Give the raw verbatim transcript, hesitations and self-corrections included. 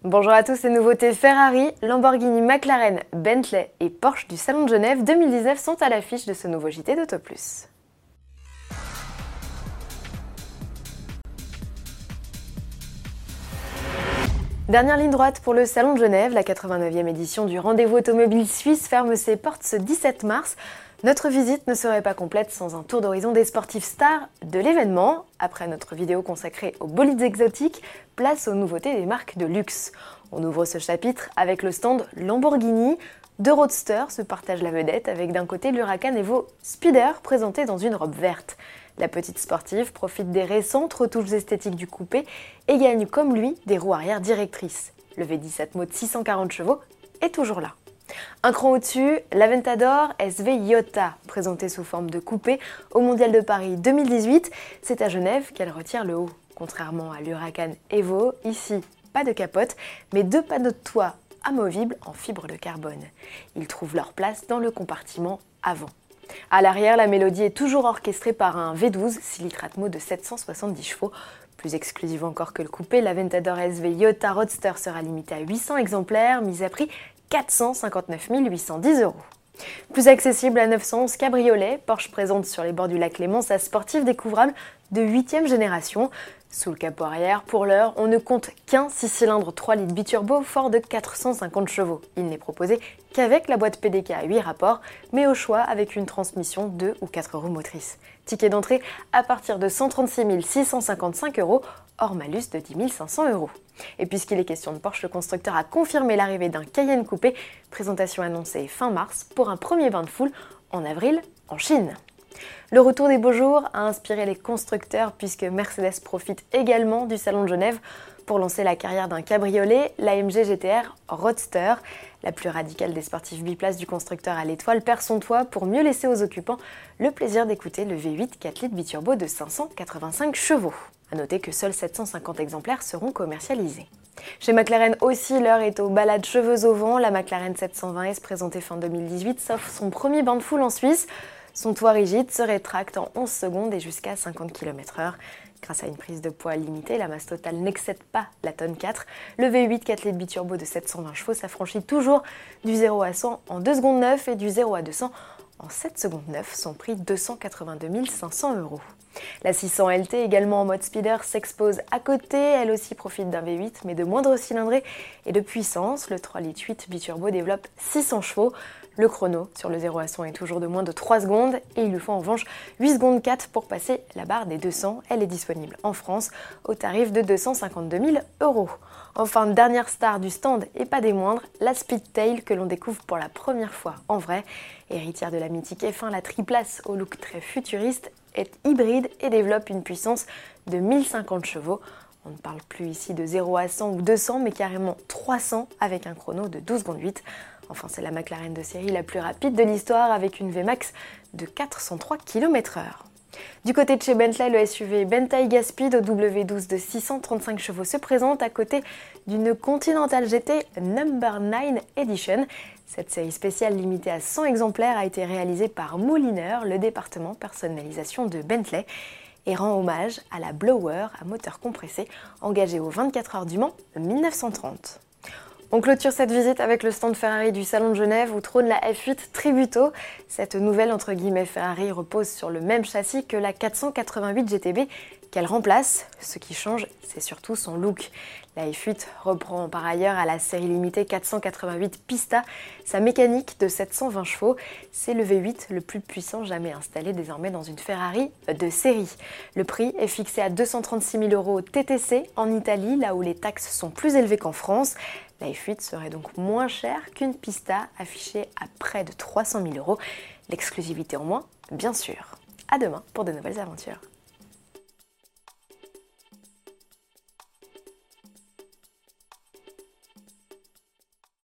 Bonjour à tous, les nouveautés Ferrari, Lamborghini, McLaren, Bentley et Porsche du Salon de Genève deux mille dix-neuf sont à l'affiche de ce nouveau J T d'Auto Plus. Dernière ligne droite pour le Salon de Genève, la quatre-vingt-neuvième édition du rendez-vous automobile suisse ferme ses portes ce dix-sept mars. Notre visite ne serait pas complète sans un tour d'horizon des sportifs stars de l'événement. Après notre vidéo consacrée aux bolides exotiques, place aux nouveautés des marques de luxe. On ouvre ce chapitre avec le stand Lamborghini. Deux roadsters se partagent la vedette avec d'un côté l'Huracan Evo Spider présenté dans une robe verte. La petite sportive profite des récentes retouches esthétiques du coupé et gagne comme lui des roues arrière directrices. Le V dix-sept mot de six cent quarante chevaux est toujours là. Un cran au-dessus, l'Aventador S V Iota, présentée sous forme de coupé au Mondial de Paris deux mille dix-huit, c'est à Genève qu'elle retire le haut. Contrairement à l'Huracan Evo, ici, pas de capote, mais deux panneaux de toit amovibles en fibre de carbone. Ils trouvent leur place dans le compartiment avant. À l'arrière, la mélodie est toujours orchestrée par un V douze six litres Atmo de sept cent soixante-dix chevaux. Plus exclusive encore que le coupé, l'Aventador S V Iota Roadster sera limitée à huit cents exemplaires, mise à prix quatre cent cinquante-neuf mille huit cent dix euros. Plus accessible à neuf cent onze cabriolet, Porsche présente sur les bords du lac Léman sa sportive découvrable de huitième génération. Sous le capot arrière, pour l'heure, on ne compte qu'un six cylindres trois litres biturbo fort de quatre cent cinquante chevaux. Il n'est proposé qu'avec la boîte P D K à huit rapports, mais au choix avec une transmission deux ou quatre roues motrices. Ticket d'entrée à partir de cent trente-six mille six cent cinquante-cinq euros, hors malus de dix mille cinq cents euros. Et puisqu'il est question de Porsche, le constructeur a confirmé l'arrivée d'un Cayenne coupé, présentation annoncée fin mars pour un premier bain de foule en avril en Chine. Le retour des beaux jours a inspiré les constructeurs puisque Mercedes profite également du Salon de Genève pour lancer la carrière d'un cabriolet, l'A M G G T R Roadster. La plus radicale des sportifs biplaces du constructeur à l'étoile perd son toit pour mieux laisser aux occupants le plaisir d'écouter le V huit quatre litres biturbo de cinq cent quatre-vingt-cinq chevaux. A noter que seuls sept cent cinquante exemplaires seront commercialisés. Chez McLaren aussi, l'heure est aux balades cheveux au vent. La McLaren sept cent vingt S présentée fin deux mille dix-huit s'offre son premier bain de foule en Suisse. Son toit rigide se rétracte en onze secondes et jusqu'à cinquante kilomètres heure. Grâce à une prise de poids limitée, la masse totale n'excède pas la tonne quatre. Le V huit quatre litres biturbo de sept cent vingt chevaux s'affranchit toujours du zéro à cent en deux secondes neuf et du zéro à deux cents en sept secondes neuf, son prix deux cent quatre-vingt-deux mille cinq cents euros. La six cents L T, également en mode speeder, s'expose à côté. Elle aussi profite d'un V huit, mais de moindre cylindrée et de puissance. Le trois litres huit biturbo développe six cents chevaux. Le chrono sur le zéro à cent est toujours de moins de trois secondes et il lui faut en revanche huit secondes quatre pour passer la barre des deux cents. Elle est disponible en France au tarif de deux cent cinquante-deux mille euros. Enfin, dernière star du stand et pas des moindres, la Speedtail que l'on découvre pour la première fois en vrai. Héritière de la mythique F un, la triplace au look très futuriste est hybride et développe une puissance de mille cinquante chevaux. On ne parle plus ici de zéro à cent ou deux cents, mais carrément trois cents avec un chrono de douze secondes huit. Enfin, c'est la McLaren de série la plus rapide de l'histoire avec une V max de quatre cent trois kilomètres heure. Du côté de chez Bentley, le S U V Bentayga Speed au W douze de six cent trente-cinq chevaux se présente à côté d'une Continental G T Number neuf Edition. Cette série spéciale limitée à cent exemplaires a été réalisée par Mouliner, le département personnalisation de Bentley, et rend hommage à la Blower à moteur compressé engagée aux vingt-quatre heures du Mans mille neuf cent trente. On clôture cette visite avec le stand Ferrari du Salon de Genève où trône la F huit Tributo. Cette nouvelle entre guillemets Ferrari repose sur le même châssis que la quatre cent quatre-vingt-huit G T B qu'elle remplace. Ce qui change, c'est surtout son look. La F huit reprend par ailleurs à la série limitée quatre cent quatre-vingt-huit Pista sa mécanique de sept cent vingt chevaux. C'est le V huit le plus puissant jamais installé désormais dans une Ferrari de série. Le prix est fixé à deux cent trente-six mille euros T T C en Italie, là où les taxes sont plus élevées qu'en France. La F huit serait donc moins chère qu'une Pista affichée à près de trois cent mille euros. L'exclusivité en moins, bien sûr. À demain pour de nouvelles aventures.